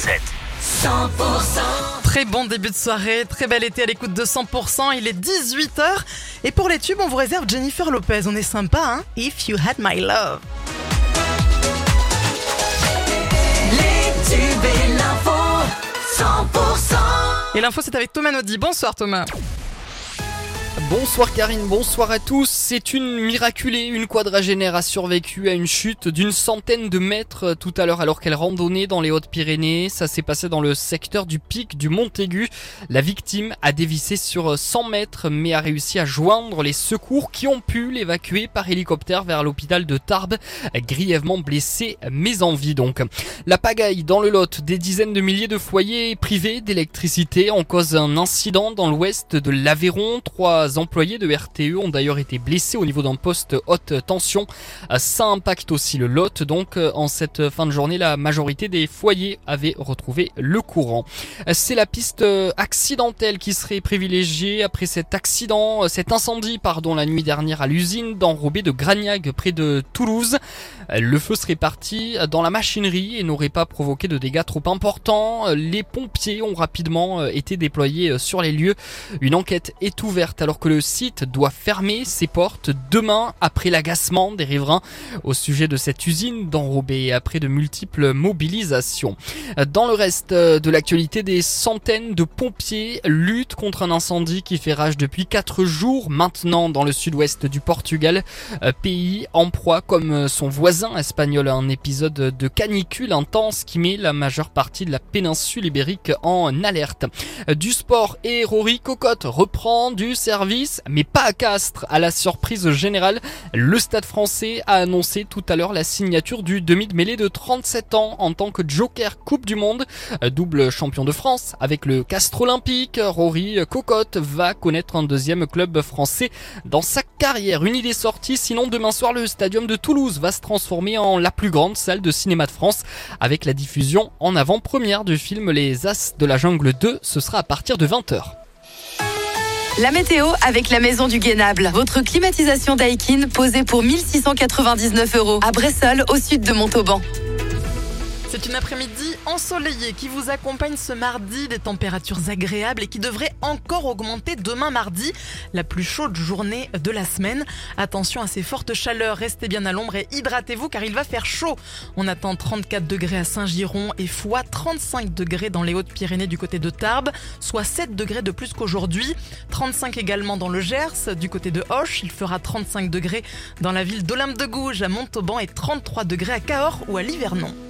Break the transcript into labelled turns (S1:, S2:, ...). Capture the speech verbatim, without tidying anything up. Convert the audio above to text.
S1: sept.
S2: cent pour cent.
S3: Très bon début de soirée, très bel été à l'écoute de cent pour cent, il est dix-huit heures. Et pour les tubes, on vous réserve Jennifer Lopez, on est sympa hein. If You Had My Love.
S2: Les tubes et l'info, cent pour cent.
S3: Et l'info c'est avec Thomas Naudy, bonsoir Thomas.
S4: Bonsoir Karine, bonsoir à tous. C'est une miraculée, une quadragénaire a survécu à une chute d'une centaine de mètres tout à l'heure alors qu'elle randonnait dans les Hautes-Pyrénées. Ça s'est passé dans le secteur du pic du Montaigu. La victime a dévissé sur cent mètres mais a réussi à joindre les secours qui ont pu l'évacuer par hélicoptère vers l'hôpital de Tarbes, grièvement blessé mais en vie donc. La pagaille dans le Lot, des dizaines de milliers de foyers privés d'électricité en cause d'un incident dans l'ouest de l'Aveyron. Trois employés de R T E ont d'ailleurs été blessés au niveau d'un poste haute tension. Ça impacte aussi le Lot. Donc en cette fin de journée, la majorité des foyers avaient retrouvé le courant. C'est la piste accidentelle qui serait privilégiée après cet accident, cet incendie pardon, la nuit dernière à l'usine d'enrobé de Gragnac près de Toulouse. Le feu serait parti dans la machinerie et n'aurait pas provoqué de dégâts trop importants. Les pompiers ont rapidement été déployés sur les lieux. Une enquête est ouverte alors que le site doit fermer ses portes demain après l'agacement des riverains au sujet de cette usine d'enrobé et après de multiples mobilisations. Dans le reste de l'actualité, des centaines de pompiers luttent contre un incendie qui fait rage depuis quatre jours maintenant dans le sud-ouest du Portugal, pays en proie comme son voisin espagnol à un épisode de canicule intense qui met la majeure partie de la péninsule ibérique en alerte. Du sport et Rory Cocotte reprend du service, mais pas à Castres. À la surprise générale, le Stade français a annoncé tout à l'heure la signature du demi de mêlée de trente-sept ans en tant que joker Coupe du Monde. Double champion de France avec le Castres Olympique, Rory Cocotte va connaître un deuxième club français dans sa carrière. Une idée sortie, sinon demain soir le Stadium de Toulouse va se transformer en la plus grande salle de cinéma de France avec la diffusion en avant-première du film Les As de la Jungle deux. Ce sera à partir de vingt heures.
S5: La météo avec la Maison du Guénable. Votre climatisation Daikin posée pour mille six cent quatre-vingt-dix-neuf euros à Bressolles, au sud de Montauban.
S3: C'est une après-midi ensoleillée qui vous accompagne ce mardi, des températures agréables et qui devraient encore augmenter demain mardi, la plus chaude journée de la semaine. Attention à ces fortes chaleurs, restez bien à l'ombre et hydratez-vous car il va faire chaud. On attend trente-quatre degrés à Saint-Giron et Foix, trente-cinq degrés dans les Hautes-Pyrénées du côté de Tarbes, soit sept degrés de plus qu'aujourd'hui. trente-cinq également dans le Gers, du côté de Auch, il fera trente-cinq degrés dans la ville d'Olympe de Gouges à Montauban et trente-trois degrés à Cahors ou à Livernon.